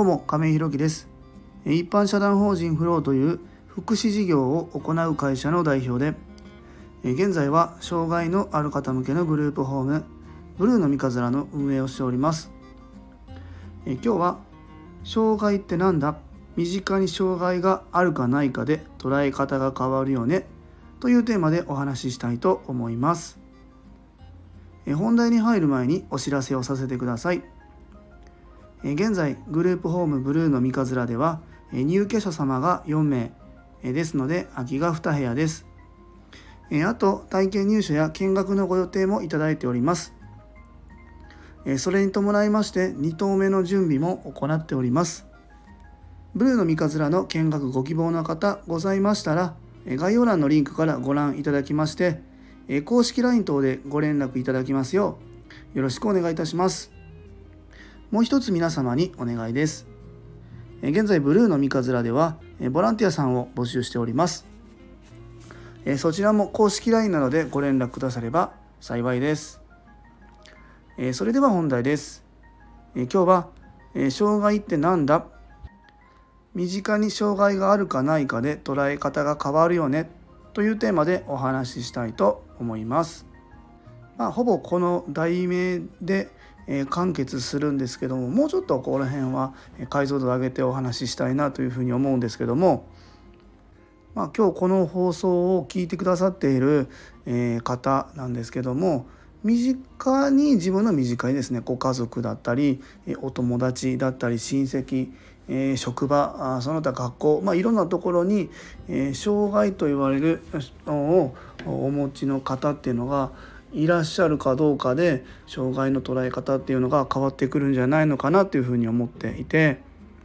どうも亀井弘樹です。一般社団法人フローという福祉事業を行う会社の代表で、現在は障害のある方向けのグループホームブルーの三日面の運営をしております。今日は障害ってなんだ、身近に障害があるかないかで捉え方が変わるよねというテーマでお話ししたいと思います。本題に入る前にお知らせをさせてください。現在グループホームブルーの三日面では入居者様が4名ですので空きが2部屋です。あと体験入所や見学のご予定もいただいております。それに伴いまして2棟目の準備も行っております。ブルーの三日面の見学ご希望の方ございましたら、概要欄のリンクからご覧いただきまして、公式 LINE 等でご連絡いただきますようよろしくお願いいたします。もう一つ皆様にお願いです。現在ブルーの三日面ではボランティアさんを募集しております。そちらも公式 LINE などでご連絡くだされば幸いです。それでは本題です。今日は障害ってなんだ、身近に障害があるかないかで捉え方が変わるよねというテーマでお話ししたいと思います。ほぼこの題名で完結するんですけども、もうちょっとこの辺は解像度を上げてお話ししたいなというふうに思うんですけども、今日この放送を聞いてくださっている方なんですけども、自分の身近にですね、ご家族だったりお友達だったり親戚、職場、その他学校、いろんなところに障害と言われるのをお持ちの方っていうのがいらっしゃるかどうかで障害の捉え方っていうのが変わってくるんじゃないのかなというふうに思っていて、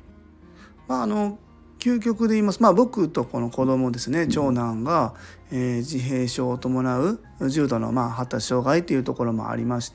究極で言います、僕とこの子供ですね、長男が、自閉症を伴う重度の発達障害というところもありまして、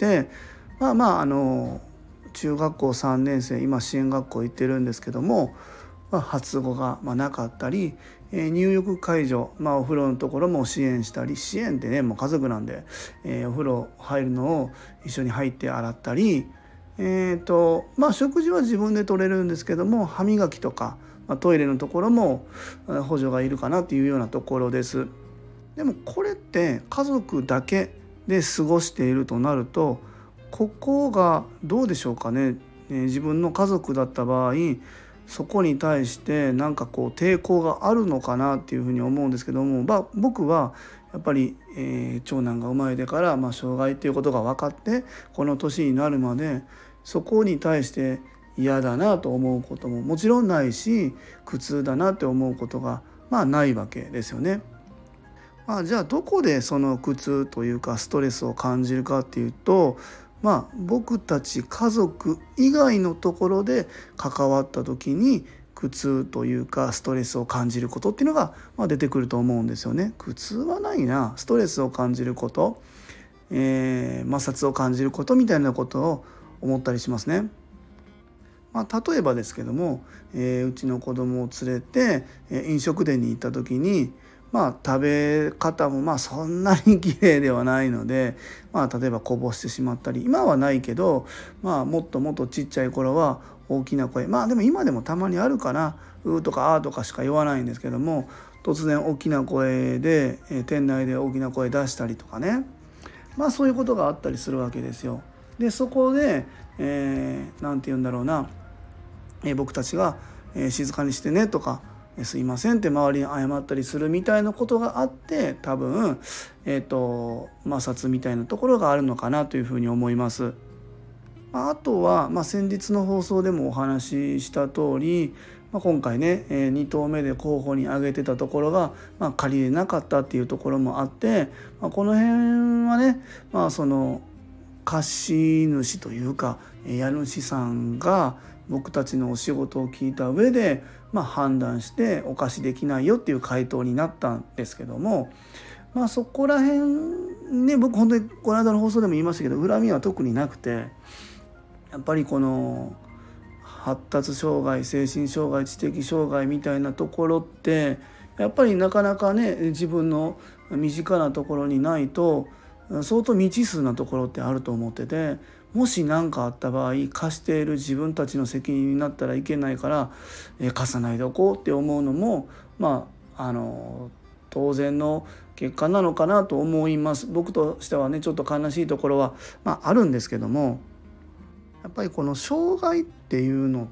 中学校3年生、今支援学校行ってるんですけども、発語がなかったり、入浴介助、お風呂のところも支援したり、支援ってね、もう家族なんで、お風呂入るのを一緒に入って洗ったり、食事は自分で取れるんですけども、歯磨きとかトイレのところも補助がいるかなっていうようなところです。でもこれって家族だけで過ごしているとなると、ここがどうでしょうかね。自分の家族だった場合、そこに対して抵抗があるのかなっていうふうに思うんですけども、僕はやっぱり、長男が生まれてから、障害っていうことが分かってこの年になるまでそこに対して嫌だなと思うことももちろんないし、苦痛だなって思うことがないわけですよね。じゃあどこでその苦痛というかストレスを感じるかっていうと、僕たち家族以外のところで関わった時に苦痛というかストレスを感じることっていうのが出てくると思うんですよね。苦痛はないな、ストレスを感じること、摩擦を感じることみたいなことを思ったりしますね。例えばですけども、うちの子供を連れて飲食店に行った時に、食べ方もそんなに綺麗ではないので、例えばこぼしてしまったり、今はないけど、もっともっとちっちゃい頃は大きな声、でも今でもたまにあるかな、うーとかあーとかしか言わないんですけども、突然大きな声で店内で大きな声出したりとかね、そういうことがあったりするわけですよ。でそこで、なんて言うんだろうな、僕たちが静かにしてねとかすいませんって周りに謝ったりするみたいなことがあって、多分、摩擦みたいなところがあるのかなというふうに思います。あとは、先日の放送でもお話しした通り、今回ね、2投目で候補に挙げてたところが、借りれなかったっていうところもあって、この辺はね、その貸主というか家主さんが僕たちのお仕事を聞いた上で、判断してお貸しできないよっていう回答になったんですけども、そこら辺ね、僕本当にこの間の放送でも言いましたけど、恨みは特になくて、やっぱりこの発達障害、精神障害、知的障害みたいなところってやっぱりなかなかね、自分の身近なところにないと相当未知数なところってあると思ってて、 もし何かあった場合貸している自分たちの責任になったらいけないから、貸さないでおこうって思うのも当然の結果なのかなと思います。僕としてはねちょっと悲しいところは、あるんですけども、やっぱりこの障害っていうのって、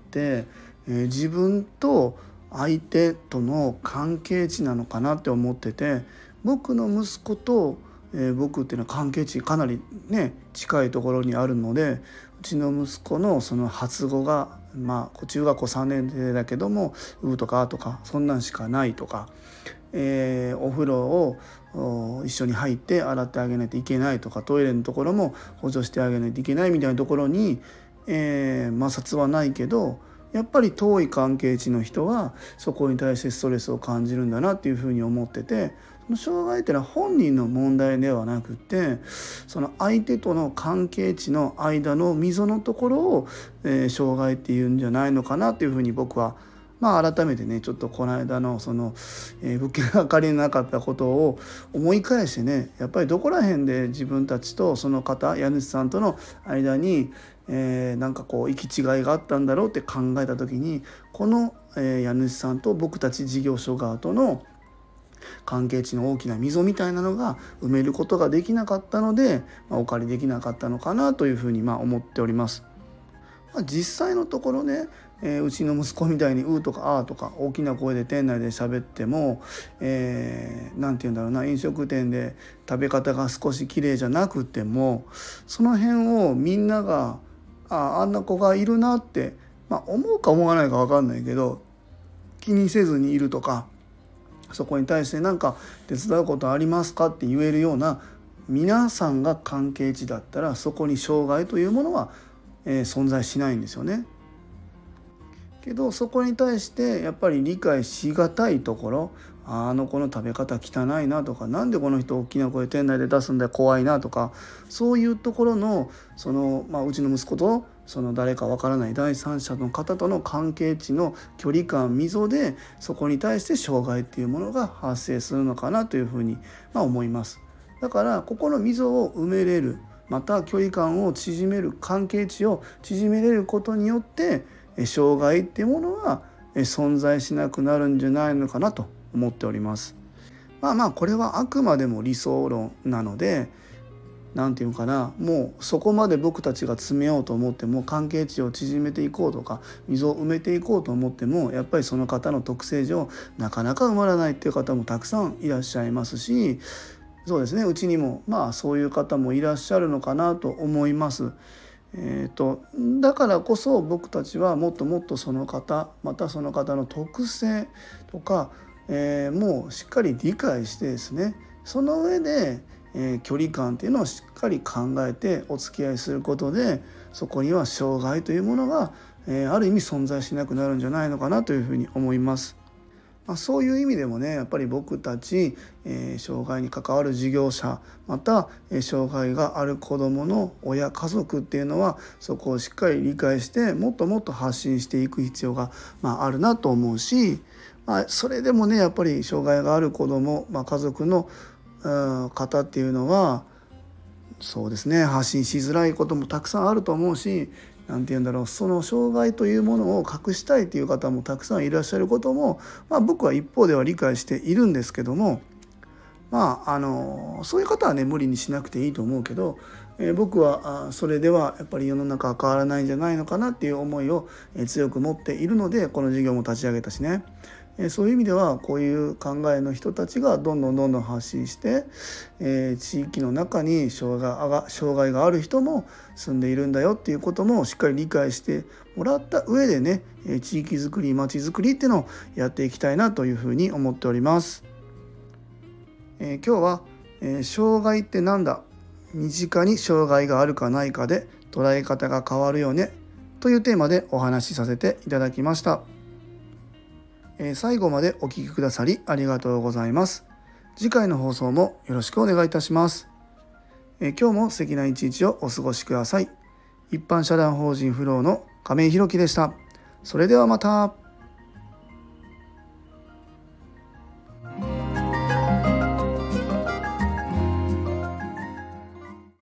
自分と相手との関係値なのかなって思ってて、僕の息子と、僕っていうのは関係値かなりね近いところにあるので、うちの息子のその発語が中学校3年生だけどもうとかあとかそんなんしかないとか、お風呂を一緒に入って洗ってあげないといけないとか、トイレのところも補助してあげないといけないみたいなところに、摩擦はないけど、やっぱり遠い関係値の人はそこに対してストレスを感じるんだなっていうふうに思ってて、その障害っていうのは本人の問題ではなくて、その相手との関係値の間の溝のところを、障害っていうんじゃないのかなっていうふうに僕は改めてねちょっとこの間のその、物件が借りなかったことを思い返してね、やっぱりどこら辺で自分たちとその方家主さんとの間に、なんかこう行き違いがあったんだろうって考えた時に、この、家主さんと僕たち事業所側との関係値の大きな溝みたいなのが埋めることができなかったので、お借りできなかったのかなというふうに思っております。実際のところね、うちの息子みたいに「う」とか「あ」とか大きな声で店内で喋っても、なんて言うんだろうな、飲食店で食べ方が少し綺麗じゃなくても、その辺をみんながあんな子がいるなって、思うか思わないか分かんないけど気にせずにいるとか、そこに対して何か手伝うことありますかって言えるような皆さんが関係値だったら、そこに障害というものは存在しないんですよね。けどそこに対してやっぱり理解しがたいところ、あの子の食べ方汚いなとか、なんでこの人大きな声店内で出すんだよ怖いなとか、そういうところのうちの息子とその誰かわからない第三者の方との関係値の距離感溝で、そこに対して障害っていうものが発生するのかなというふうに思います。だからここの溝を埋めれる、また距離感を縮める、関係値を縮めれることによって障害っていうものは存在しなくなるんじゃないのかなと思っております。これはあくまでも理想論なので、なんていうかな、もうそこまで僕たちが詰めようと思っても、関係値を縮めていこうとか溝を埋めていこうと思っても、やっぱりその方の特性上なかなか埋まらないっていう方もたくさんいらっしゃいますし、そうですね、うちにもそういう方もいらっしゃるのかなと思います。だからこそ僕たちはもっともっとその方、またその方の特性とか、もうしっかり理解してですね、その上で、距離感っていうのをしっかり考えてお付き合いすることで、そこには障害というものが、ある意味存在しなくなるんじゃないのかなというふうに思います。そういう意味でもね、やっぱり僕たち、障害に関わる事業者、また、障害がある子どもの親家族っていうのは、そこをしっかり理解してもっともっと発信していく必要が、あるなと思うし、それでもねやっぱり障害がある子ども、家族の、方っていうのはそうですね、発信しづらいこともたくさんあると思うし、なんて言うんだろう、その障害というものを隠したいという方もたくさんいらっしゃることも、僕は一方では理解しているんですけども、そういう方はね無理にしなくていいと思うけど、僕はそれではやっぱり世の中は変わらないんじゃないのかなっていう思いを強く持っているので、この事業も立ち上げたしね。そういう意味ではこういう考えの人たちがどんどん発信して、地域の中に障害がある人も住んでいるんだよっていうこともしっかり理解してもらった上でね、地域づくり、町づくりっていうのをやっていきたいなというふうに思っております。今日は、障害ってなんだ、身近に障害があるかないかで捉え方が変わるよねというテーマでお話しさせていただきました。最後までお聞きくださりありがとうございます。次回の放送もよろしくお願いいたします。今日も素敵な一日をお過ごしください。一般社団法人フローの亀井宏樹でした。それではまた。